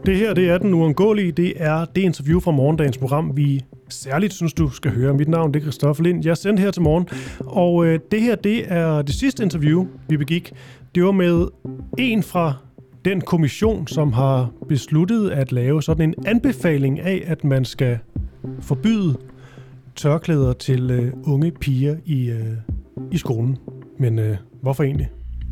Det her, det er Den Uundgåelige. Det er det interview fra morgendagens program, vi særligt synes, du skal høre. Mit navn, det er Christoffer Lind. Jeg er sendt her til morgen, og det her, det er det sidste interview, vi begik. Det var med en fra den kommission, som har besluttet at lave sådan en anbefaling af, at man skal forbyde tørklæder til unge piger i skolen. Men hvorfor egentlig?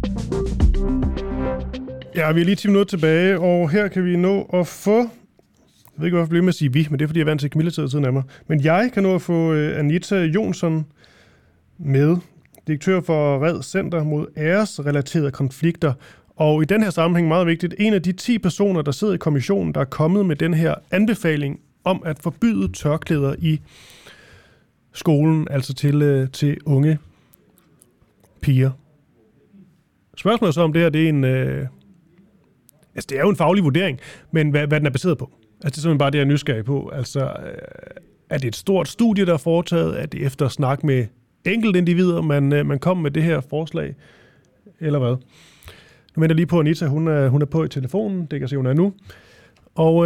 Ja, vi er lige 10 minutter tilbage, og her kan vi nå at få... Jeg ved ikke, hvorfor jeg bliver med at sige vi, men det er, fordi jeg er vant til at Camilla sidder af mig. Men jeg kan nå at få Anita Jonsson med, direktør for Red Center mod æresrelaterede konflikter. Og i den her sammenhæng meget vigtigt, en af de 10 personer, der sidder i kommissionen, der er kommet med den her anbefaling om at forbyde tørklæder i skolen, altså til unge piger. Spørgsmålet så om det her, det er en... Altså, det er jo en faglig vurdering, men hvad den er baseret på? Altså, det er simpelthen bare det, jeg er nysgerrig på. Altså, er det et stort studie, der er foretaget? Er det efter at snakke med enkeltindivider, man kommer med det her forslag? Eller hvad? Nu venter jeg lige på Anita. Hun er på i telefonen. Det kan jeg se, hun er nu. Og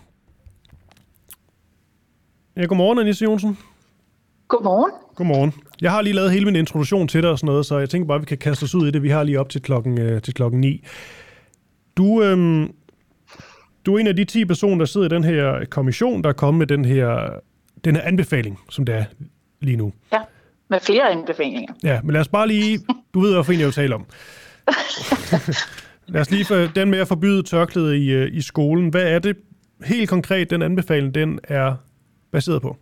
ja, godmorgen, Anita Jonsson. Godmorgen. Godmorgen. Jeg har lige lavet hele min introduktion til dig og sådan noget, så jeg tænker bare, at vi kan kaste os ud i det. Vi har lige op til klokken 9. Du er en af de 10 personer, der sidder i den her kommission, der er kommet med den her anbefaling, som det er lige nu. Ja, med flere anbefalinger. Ja, men lad os bare lige... Du ved, hvorfor jeg vil tale om. Lad os lige få den med at forbyde tørklæder i skolen. Hvad er det helt konkret, den anbefaling, den er baseret på?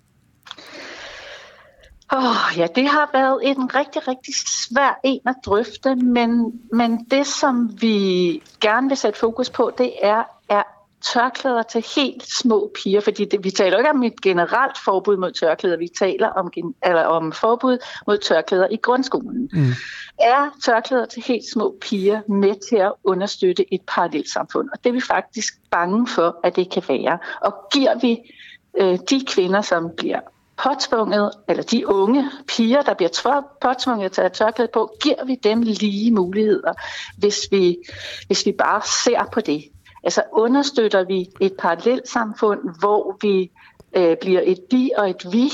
Ja, det har været en rigtig, rigtig svær en at drøfte, men det, som vi gerne vil sætte fokus på, det er tørklæder til helt små piger, fordi vi taler ikke om et generelt forbud mod tørklæder, vi taler om forbud mod tørklæder i grundskolen. Er tørklæder til helt små piger med til at understøtte et parallelsamfund? Og det er vi faktisk bange for, at det kan være. Og giver vi de kvinder, som bliver påtvunget, eller de unge piger, der bliver påtvunget til at tage tørklæde på, giver vi dem lige muligheder, hvis vi bare ser på det. Altså understøtter vi et parallelsamfund, hvor vi bliver et de og et vi.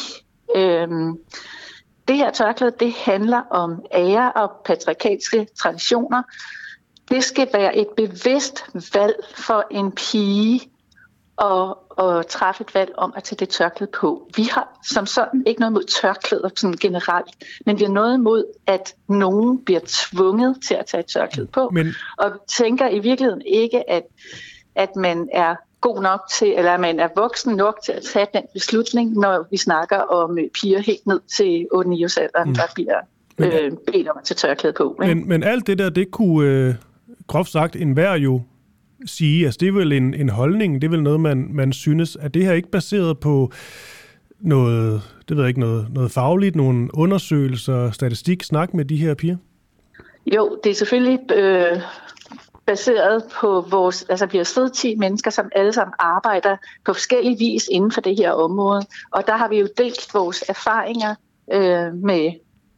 Det her tørklæde, det handler om ære og patriarkalske traditioner. Det skal være et bevidst valg for en pige og træffe et valg om at tage det tørklæde på. Vi har som sådan ikke noget mod tørklæder sådan generelt, men vi har noget mod, at nogen bliver tvunget til at tage et tørklæde på. Og vi tænker i virkeligheden ikke, at man er god nok til, eller man er voksen nok til at tage den beslutning, når vi snakker om piger helt ned til 8-9 års alderen, der bliver bedt om at tage tørklæde på. Men alt det der, det kunne groft sagt enhver jo sige, altså det er vel en holdning, det er vel noget, man synes, at det her ikke baseret på noget, det ved jeg ikke, noget fagligt, nogle undersøgelser, statistik, snak med de her piger? Jo, det er selvfølgelig baseret på vi har siddet 10 mennesker, som alle sammen arbejder på forskellige vis inden for det her område, og der har vi jo delt vores erfaringer med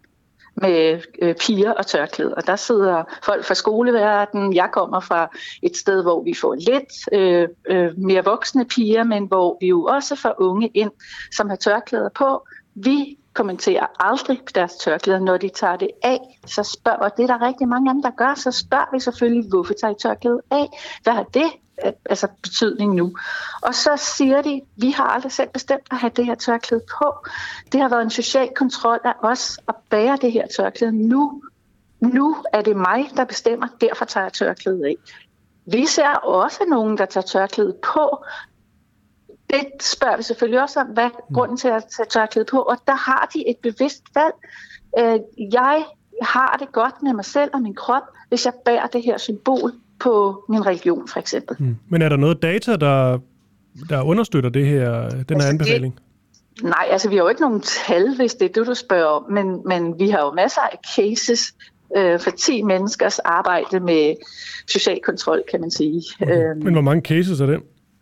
piger og tørklæder. Der sidder folk fra skoleverdenen. Jeg kommer fra et sted, hvor vi får lidt mere voksne piger, men hvor vi jo også får unge ind, som har tørklæder på. Vi kommenterer aldrig på deres tørklæder, når de tager det af. Så spørger, det er der rigtig mange af dem, der gør, så spørger vi selvfølgelig, hvorfor tager I tørklædet af? Hvad har det betydning nu? Og så siger de, vi har aldrig selv bestemt at have det her tørklæde på. Det har været en social kontrol af os at bære det her tørklæde. Nu er det mig, der bestemmer, derfor tager jeg tørklædet af. Vi ser også nogen, der tager tørklædet på. Det spørger vi selvfølgelig også om, hvad grunden til at tage tørklædet på, og der har de et bevidst valg. Jeg har det godt med mig selv og min krop, hvis jeg bærer det her symbol på min religion, for eksempel. Men er der noget data, der understøtter den her anbefaling? Nej, altså vi har jo ikke nogen tal, hvis det er det, du spørger om, men vi har jo masser af cases for 10 menneskers arbejde med social kontrol, kan man sige. Okay. Men hvor mange cases er det?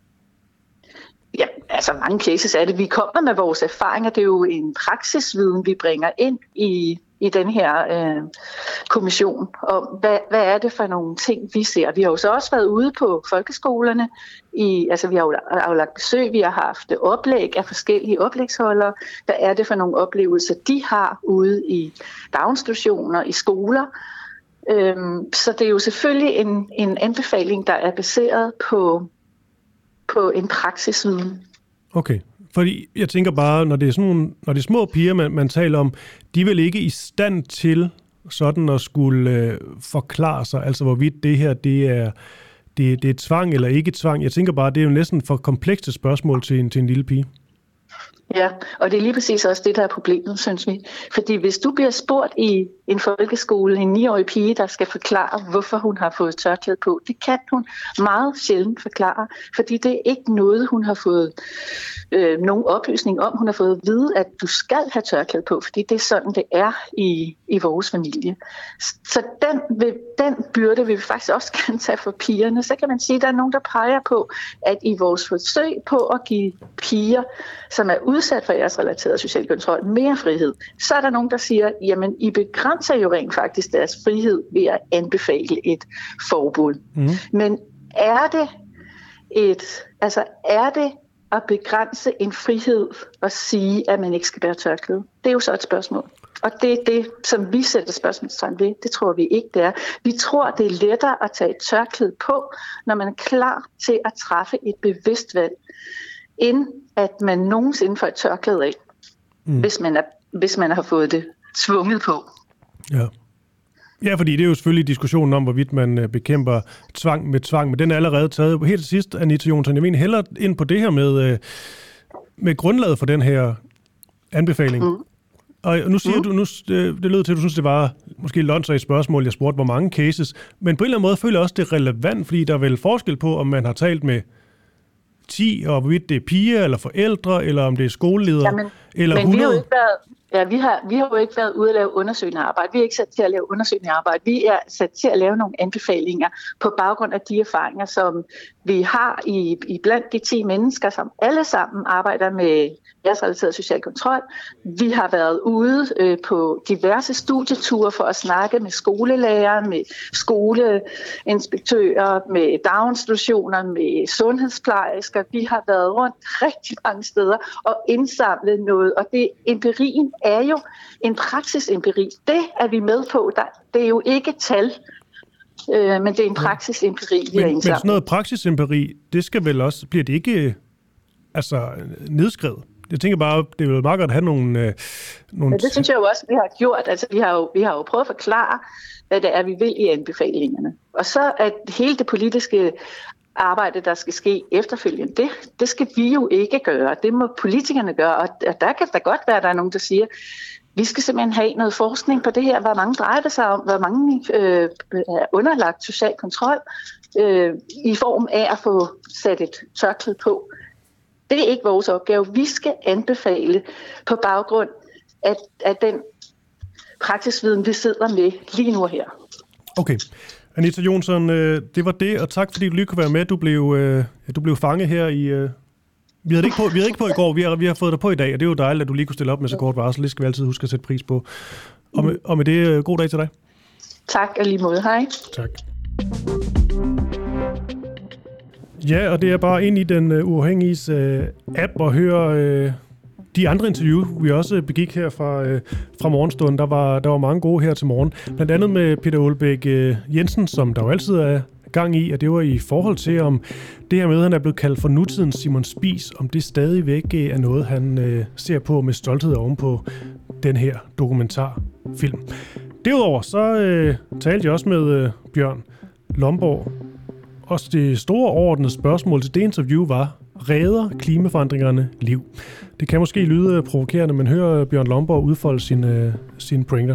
Ja, altså mange cases er det. Vi kommer med vores erfaringer. Det er jo en praksisviden, vi bringer ind i i den her kommission. Og hvad er det for nogle ting, vi ser? Vi har jo så også været ude på folkeskolerne. Vi har jo aflagt besøg, vi har haft oplæg af forskellige oplægsholdere. Hvad er det for nogle oplevelser, de har ude i daginstitutioner, i skoler? Så det er jo selvfølgelig en anbefaling, der er baseret på en praksisviden. Okay, fordi jeg tænker bare, når det er små piger, man taler om, de er vel ikke i stand til sådan at skulle forklare sig, altså hvorvidt det her det er tvang eller ikke tvang. Jeg tænker bare, det er jo næsten for komplekse spørgsmål til en lille pige. Ja, og det er lige præcis også det, der er problemet, synes vi. Fordi hvis du bliver spurgt i en folkeskole, en 9-årig pige, der skal forklare, hvorfor hun har fået tørklæde på, det kan hun meget sjældent forklare, fordi det er ikke noget, hun har fået nogen oplysning om. Hun har fået at vide, at du skal have tørklæde på, fordi det er sådan, det er i vores familie. Så den byrde vil vi faktisk også gerne tage for pigerne. Så kan man sige, at der er nogen, der peger på, at i vores forsøg på at give piger, som er udsat for æresrelateret social kontrol, mere frihed, så er der nogen, der siger, jamen I begrænser jo rent faktisk deres frihed ved at anbefale et forbud. Men er det at begrænse en frihed og sige, at man ikke skal bære tørklæde? Det er jo så et spørgsmål. Og det er det, som vi sætter spørgsmålstegn ved. Det tror vi ikke, det er. Vi tror, det er lettere at tage et tørklæde på, når man er klar til at træffe et bevidst valg, end at man nogensinde får et tørklæde af, hvis man har fået det tvunget på. Ja. Ja, fordi det er jo selvfølgelig diskussionen om, hvorvidt man bekæmper tvang med tvang, men den er allerede taget. Helt til sidst, Anita Jonsson, jeg mener hellere ind på det her med grundlaget for den her anbefaling. Og nu siger du, det lød til, at du synes, det var måske et låndsaget spørgsmål, jeg spurgte, hvor mange cases, men på en eller anden måde føler jeg også, det er relevant, fordi der er vel forskel på, om man har talt med 10, og hvorvidt det er piger, eller forældre, eller om det er skoleledere, eller 100. Vi har jo ikke været ude at lave undersøgende arbejde. Vi er ikke sat til at lave undersøgende arbejde. Vi er sat til at lave nogle anbefalinger på baggrund af de erfaringer, som vi har i blandt de 10 mennesker, som alle sammen arbejder med æresrelateret social kontrol. Vi har været ude på diverse studieture for at snakke med skolelærere, med skoleinspektører, med daginstitutioner, med sundhedsplejersker. Vi har været rundt rigtig mange steder og indsamlet noget, og det empirien er jo en praksisempiri. Det er vi med på. Det er jo ikke tal, men det er en praksisempiri, vi har indsamlet. Men sådan noget praksisempiri, det skal vel også, bliver det ikke nedskrevet? Jeg tænker bare, det vil meget godt have nogle... Ja, det synes jeg jo også, vi har gjort. Altså, vi har jo prøvet at forklare, hvad det er, vi vil i anbefalingerne. Og så at hele det politiske arbejde, der skal ske efterfølgende, det skal vi jo ikke gøre. Det må politikerne gøre. Og der kan da godt være, at der er nogen, der siger, vi skal simpelthen have noget forskning på det her. Hvor mange drejer det sig om? Hvor mange er underlagt social kontrol i form af at få sat et tørklæde på? Det er ikke vores opgave. Vi skal anbefale på baggrund af den praksisviden, vi sidder med lige nu her. Okay. Anita Jonsson, det var det, og tak fordi du lige kunne være med. Du blev fanget her i... Vi havde ikke på i går, vi har fået dig på i dag, og det er jo dejligt, at du lige kunne stille op med så kort varsel. Det skal vi altid huske at sætte pris på. Og med det, god dag til dig. Tak, og lige måde. Hej. Tak. Ja, og det er bare ind i den uafhængiges app og høre de andre interview, vi også begik her fra morgenstunden. Der var mange gode her til morgen. Blandt andet med Peter Aalbæk Jensen, som der jo altid er gang i, og det var i forhold til, om det her med, han er blevet kaldt for nutidens Simon Spies, om det stadigvæk er noget, han ser på med stolthed oven på den her dokumentarfilm. Derudover så talte jeg også med Bjørn Lomborg. Også det store overordnede spørgsmål til det interview var, redder klimaforandringerne liv? Det kan måske lyde provokerende, men hør Bjørn Lomborg udfolde sine pointer.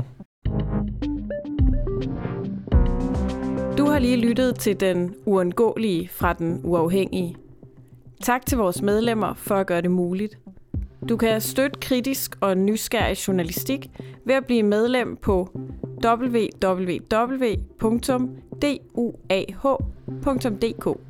Du har lige lyttet til Den Uundgåelige fra Den Uafhængige. Tak til vores medlemmer for at gøre det muligt. Du kan støtte kritisk og nysgerrig journalistik ved at blive medlem på www.duah.dk.